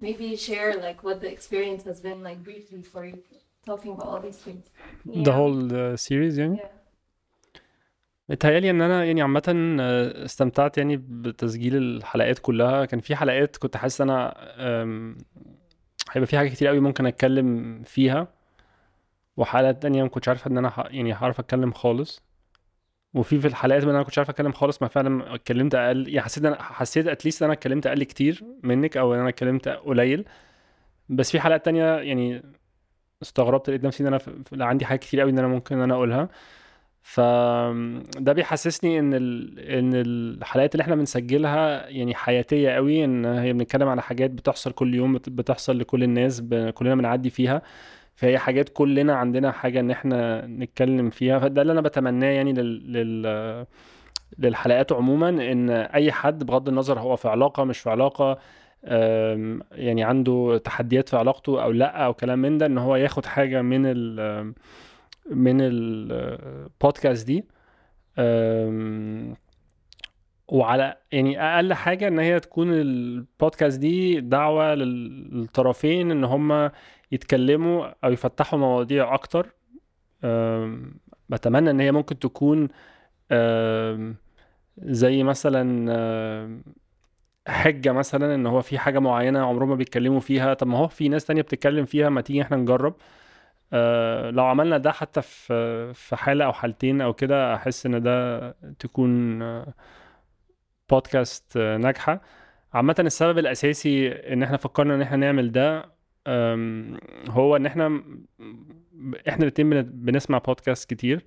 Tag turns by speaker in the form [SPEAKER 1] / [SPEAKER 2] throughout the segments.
[SPEAKER 1] maybe share like what the experience has been like briefly for you talking about all these things.
[SPEAKER 2] the whole series يعني. متهيألي ان انا يعني عامة استمتعت يعني بتسجيل الحلقات كلها. كان في حلقات كنت حاسس انا هيبقى في حاجة كتير قوي ممكن اتكلم فيها، وحلقات تانية ما كنتش عارف ان انا يعني هعرف اتكلم خالص. وفي الحلقات اللي انا كنتش عارف اتكلم خالص ما فعلا اتكلمت اقل، يعني حسيت اتليست انا اتكلمت اقل كتير منك، او انا اتكلمت قليل. بس في حلقات تانية يعني استغربت، لقيت نفسي ان انا لا، عندي حاجات كتير قوي ان انا ممكن ان انا اقولها. فده بيحسسني ان الحلقات اللي احنا بنسجلها يعني حياتية قوي، ان هي بنتكلم على حاجات بتحصل كل يوم، بتحصل لكل الناس، كلنا بنعدي فيها. فهي حاجات كلنا عندنا حاجة ان احنا نتكلم فيها. فده اللي انا بتمناه يعني للحلقات عموما، ان اي حد بغض النظر هو في علاقة مش في علاقة، يعني عنده تحديات في علاقته او لا او كلام من ده، ان هو ياخد حاجة من البودكاست دي. وعلى يعني اقل حاجة ان هي تكون البودكاست دي دعوة للطرفين ان هم يتكلموا او يفتحوا مواضيع اكتر. بتمنى ان هي ممكن تكون زي مثلا حجة مثلا، ان هو في حاجة معينة عمرهم ما بيتكلموا فيها، طب ما هو في ناس تانية بتتكلم فيها، ما تيجي احنا نجرب. لو عملنا ده حتى في حالة او حالتين او كده، احس ان ده تكون بودكاست ناجحة. عامة السبب الاساسي ان احنا فكرنا ان احنا نعمل ده هو ان احنا الاتنين بنسمع بودكاست كتير.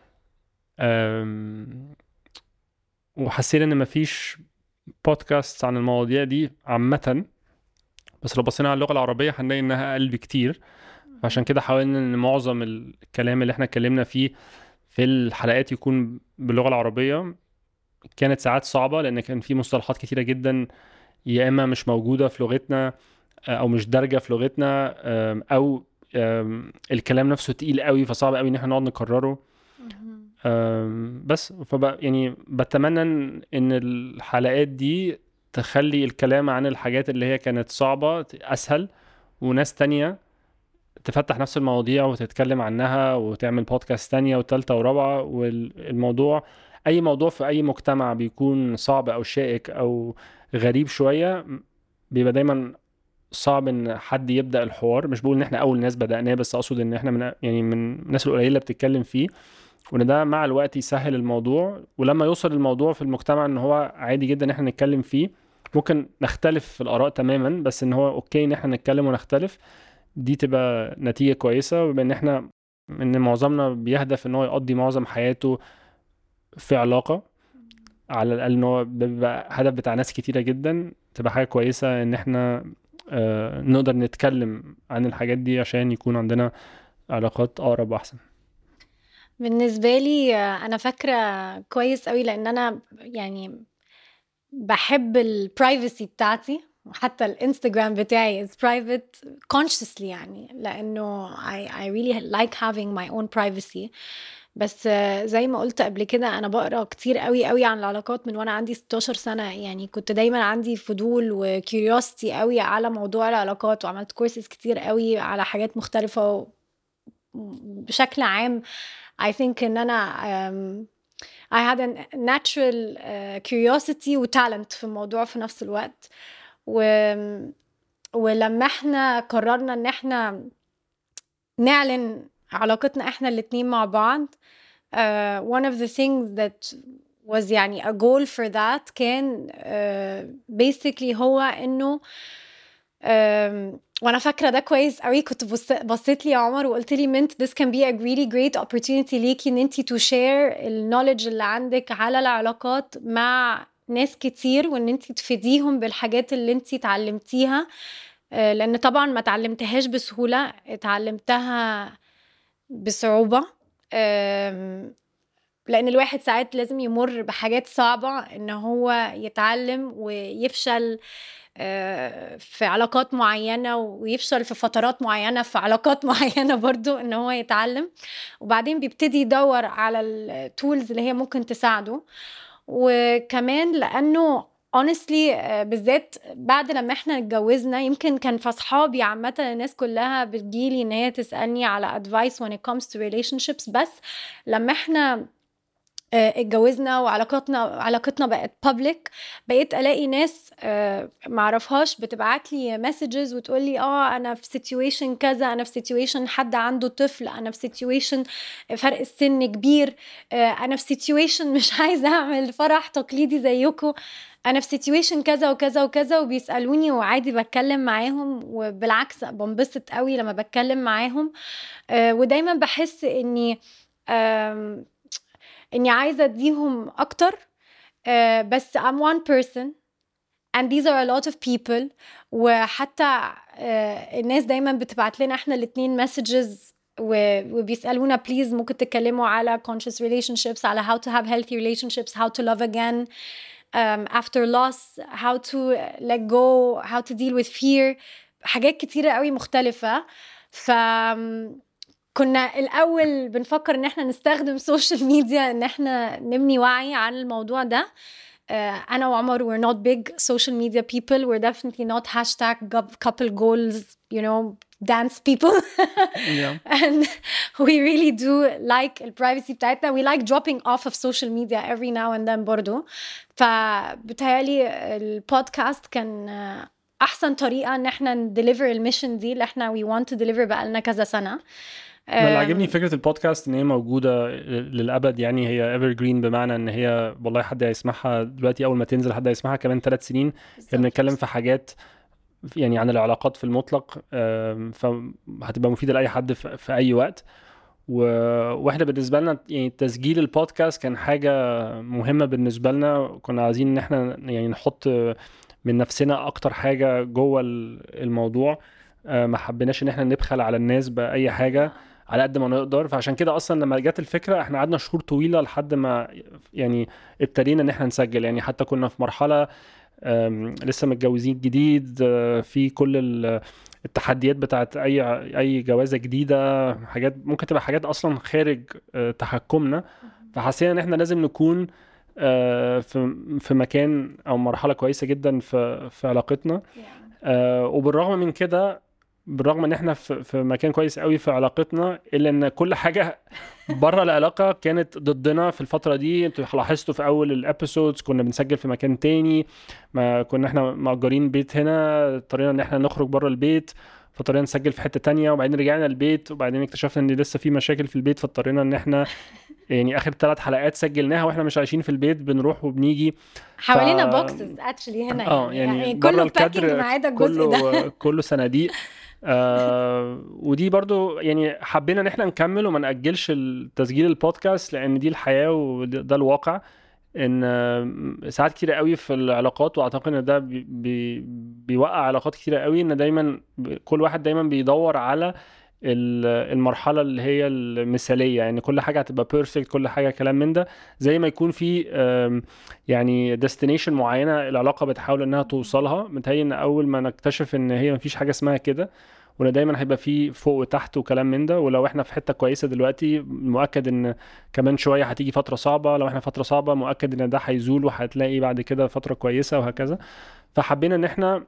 [SPEAKER 2] وحسينا ان مفيش بودكاست عن المواضيع دي عامة، بس لو بصينا على اللغة العربية هنلاقي انها اقل بكتير. عشان كده حاولنا ان معظم الكلام اللي احنا اتكلمنا فيه في الحلقات يكون باللغة العربية. كانت ساعات صعبة لان كان في مصطلحات كتيرة جدا يا اما مش موجودة في لغتنا، او مش دارجة في لغتنا، او الكلام نفسه تقيل قوي، فصعب قوي ان احنا نقعد نكرره. بس يعني بتمنى ان الحلقات دي تخلي الكلام عن الحاجات اللي هي كانت صعبة اسهل، وناس تانية تفتح نفس المواضيع وتتكلم عنها وتعمل بودكاست تانية وتالتة ورابعة. والموضوع اي موضوع في اي مجتمع بيكون صعب او شائك او غريب شوية، بيبقى دايما صعب ان حد يبدأ الحوار. مش بقول ان احنا اول ناس بدأناه، بس اقصد ان احنا من الناس القليلة اللي بتتكلم فيه، وان ده مع الوقت يسهل الموضوع. ولما يوصل الموضوع في المجتمع ان هو عادي جدا ان احنا نتكلم فيه، ممكن نختلف في الآراء تماما، بس ان هو اوكي ان احنا نتكلم ونختلف، دي تبقى نتيجة كويسة. وبما ان احنا ان معظمنا بيهدف ان هو يقضي معظم حياته في علاقة، على الأقل ان هو بيبقى هدف بتاع ناس كتيرة جدا، تبقى حاجة كويسة ان احنا نقدر نتكلم عن الحاجات دي عشان يكون عندنا علاقات أقرب وأحسن.
[SPEAKER 3] بالنسبة لي أنا فاكرة كويس قوي، لأن أنا يعني بحب البرايفسي بتاعتي، وحتى الانستجرام بتاعي is private consciously، يعني لأنه I really like having my own privacy. بس زي ما قلت قبل كده، أنا بقرأ كتير قوي قوي عن العلاقات من وأنا عندي 16 سنة. يعني كنت دايما عندي فضول وكيوريوستي قوي على موضوع العلاقات، وعملت كورسز كتير قوي على حاجات مختلفة. بشكل عام I think ان انا I had a natural curiosity و talent في الموضوع في نفس الوقت. ولما احنا قررنا ان احنا نعلن علاقتنا احنا الاتنين مع بعض، one of the things that was يعني a goal for that كان basically هو انه وانا فاكره ده كويس قوي. كنت بصيت لي يا عمر وقلت لي mint this can be a really great opportunity ليكي ان انتي to share النوليدج اللي عندك على العلاقات مع ناس كتير، وان انتي تفيديهم بالحاجات اللي انتي اتعلمتيها. لان طبعا ما اتعلمتهاش بسهوله، اتعلمتها بصعوبه. لان الواحد ساعات لازم يمر بحاجات صعبه ان هو يتعلم ويفشل في علاقات معينة، ويفشل في فترات معينة في علاقات معينة برضو ان هو يتعلم، وبعدين بيبتدي يدور على التولز اللي هي ممكن تساعده. وكمان لانه honestly بالذات بعد لما احنا اتجوزنا، يمكن كان في صحابي عامة الناس كلها بتجيلي ان هي تسألني على advice when it comes to relationships، بس لما احنا اتجوزنا وعلاقتنا بقت public، بقيت الاقي ناس معرفهاش بتبعت لي messages وتقول لي انا في situation كذا، انا في situation حد عنده طفل، انا في situation فرق السن كبير، انا في situation مش عايزه اعمل فرح تقليدي زيكم، انا في situation كذا وكذا وكذا، وبيسالوني وعادي بتكلم معاهم، وبالعكس بنبسط قوي لما بتكلم معاهم. ودايما بحس اني عايزه اديهم اكتر، بس I'm one person and these are a lot of people. وحتى الناس دايما بتبعت لنا احنا الاتنين messages وبيسألونا please ممكن تتكلموا على conscious relationships، على how to have healthy relationships، how to love again after loss، how to let go، how to deal with fear، حاجات كتيرة قوي مختلفة. كنا الأول بنفكر إن إحنا نستخدم social media إن إحنا نبني وعي عن الموضوع ده. أنا وعمر we're not big social media people, we're definitely not hashtag couple goals, you know, dance people. And we really do like البرايفسي بتاعتنا, we like dropping off of social media every now and then برضو. فبتهيألي البودكاست كان أحسن طريقة إن إحنا نديليفر الميشن دي اللي إحنا we want to deliver بقالنا كذا سنة.
[SPEAKER 2] ما اللي عجبني فكرة البودكاست ان هي موجودة للأبد، يعني هي evergreen، بمعنى ان هي والله حد هيسمعها دلوقتي اول ما تنزل، حد هيسمعها كمان 3 سنين. بنتكلم في حاجات يعني عن العلاقات في المطلق، فهتبقى مفيدة لأي حد في اي وقت. واحنا بالنسبة لنا يعني تسجيل البودكاست كان حاجة مهمة بالنسبة لنا. كنا عايزين ان احنا يعني نحط من نفسنا اكتر حاجة جوه الموضوع. ما حبيناش ان احنا نبخل على الناس بأي حاجة على قد ما نقدر. فعشان كده اصلا لما جت الفكره احنا قعدنا شهور طويله لحد ما يعني ابتدينا ان احنا نسجل. يعني حتى كنا في مرحله لسه متجوزين جديد، في كل التحديات بتاعت اي جوازه جديده، حاجات ممكن تبقى حاجات اصلا خارج تحكمنا. فحسينا ان احنا لازم نكون في مكان او مرحله كويسه جدا في علاقتنا. وبالرغم من كده، بالرغم ان احنا في مكان كويس قوي في علاقتنا، الا ان كل حاجه بره العلاقه كانت ضدنا في الفتره دي. انتوا لاحظتوا في اول الابيسودز كنا بنسجل في مكان تاني، ما كنا احنا مأجرين بيت هنا، اضطرينا ان احنا نخرج بره البيت، فاضطرينا نسجل في حته تانية، وبعدين رجعنا البيت، وبعدين اكتشفنا ان لسه في مشاكل في البيت، فاضطرينا ان احنا يعني اخر 3 حلقات سجلناها واحنا مش عايشين في البيت، بنروح وبنيجي
[SPEAKER 3] حوالينا بوكسز اكشلي هنا،
[SPEAKER 2] يعني
[SPEAKER 3] كله باكينج ما عدا الجزء ده
[SPEAKER 2] كله صناديق. ودي برضو يعني حبينا ان احنا نكمل وما نأجلش التسجيل البودكاست، لان دي الحياة وده الواقع. ان ساعات كتيرة قوي في العلاقات، واعتقد ان ده بيوقع علاقات كتيرة قوي، ان دايما كل واحد دايما بيدور على المرحلة اللي هي المثالية، يعني كل حاجة هتبقى بيرفكت، كل حاجة كلام من ده، زي ما يكون في يعني ديستنيشن معينة العلاقة بتحاول انها توصلها. متهيألي ان اول ما نكتشف ان هي مفيش حاجة اسمها كده، ولا دايما هيبقى في فوق وتحت وكلام من ده. ولو احنا في حتة كويسة دلوقتي، مؤكد ان كمان شوية هتيجي فترة صعبة. لو احنا فترة صعبة، مؤكد ان ده هيزول وهتلاقي بعد كده فترة كويسة وهكذا. فحبينا ان احنا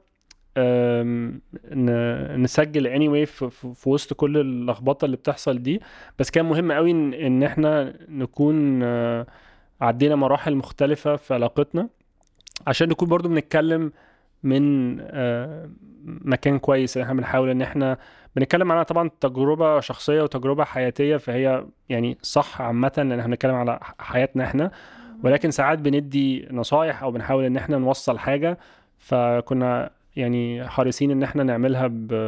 [SPEAKER 2] نسجل anyway في وسط كل اللخبطة اللي بتحصل دي. بس كان مهم قوي ان احنا نكون عدينا مراحل مختلفة في علاقتنا، عشان نكون برضو بنتكلم من مكان كويس. احنا بنحاول ان احنا بنتكلم عنها طبعا تجربة شخصية وتجربة حياتية، فهي يعني صح عامة لان احنا بنتكلم على حياتنا احنا، ولكن ساعات بندي نصايح او بنحاول ان احنا نوصل حاجة. فكنا يعني حريصين ان احنا نعملها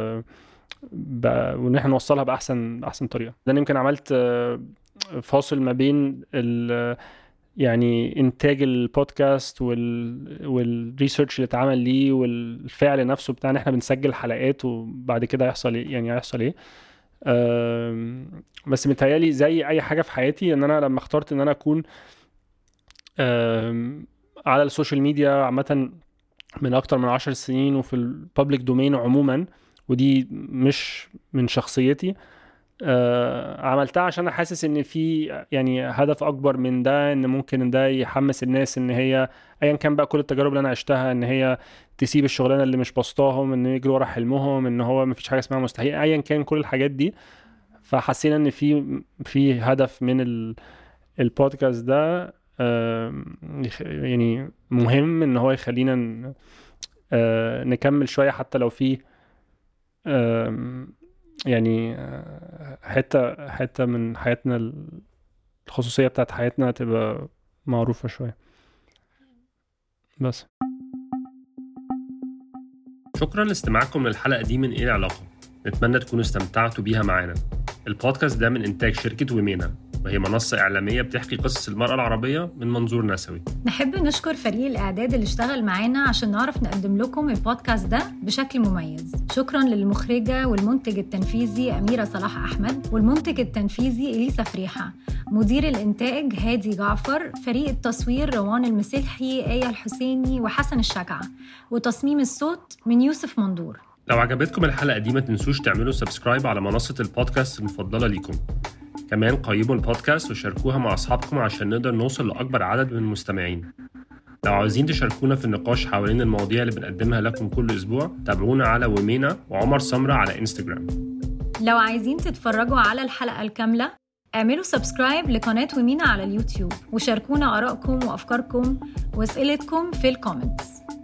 [SPEAKER 2] وان احنا نوصلها باحسن طريقه. ده يمكن عملت فاصل ما بين يعني انتاج البودكاست والريسيرش اللي اتعمل ليه والفعل نفسه بتاعنا احنا بنسجل حلقات وبعد كده يحصل ايه، يعني هيحصل ايه. بس متهيألي زي اي حاجه في حياتي، ان انا لما اخترت ان انا اكون على السوشيال ميديا عامه من اكتر من 10 سنين، وفي البابليك دومين عموما، ودي مش من شخصيتي، عملتها عشان حاسس ان في يعني هدف اكبر من ده، ان ممكن ده يحمس الناس ان هي ايا كان بقى كل التجارب اللي انا عشتها، ان هي تسيب الشغلانه اللي مش بسطاهم، ان يجروا ورا حلمهم، ان هو مفيش حاجه اسمها مستحيل، ايا كان كل الحاجات دي. فحسينا ان في هدف من البودكاست ده يعني مهم ان هو يخلينا نكمل شويه، حتى لو في يعني حتة من حياتنا، الخصوصية بتاعت حياتنا تبقى معروفة شوية بس. شكرا لاستماعكم للحلقة دي من ايه العلاقة. نتمنى تكونوا استمتعتوا بيها معانا. البودكاست ده من إنتاج شركة ومينا، وهي منصة إعلامية بتحكي قصص المرأة العربية من منظور نسوي.
[SPEAKER 3] نحب نشكر فريق الإعداد اللي اشتغل معانا عشان نعرف نقدم لكم البودكاست ده بشكل مميز. شكرا للمخرجة والمنتج التنفيذي أميرة صلاح أحمد، والمنتج التنفيذي إليسا فريحة، مدير الإنتاج هادي جعفر، فريق التصوير روان المسلحي، آية الحسيني وحسن الشجعة، وتصميم الصوت من يوسف مندور.
[SPEAKER 2] لو عجبتكم الحلقة دي ما تنسوش تعملوا سبسكرايب على منصة البودكاست المفضلة ليكم. كمان قيموا البودكاست وشاركوها مع أصحابكم عشان نقدر نوصل لأكبر عدد من المستمعين. لو عاوزين تشاركونا في النقاش حوالين المواضيع اللي بنقدمها لكم كل أسبوع، تابعونا على ومينا وعمر سمرة على إنستجرام.
[SPEAKER 3] لو عايزين تتفرجوا على الحلقة الكاملة، اعملوا سبسكرايب لقناة ومينا على اليوتيوب، وشاركونا آرائكم وأفكاركم وأسئلتكم في الكومنتس.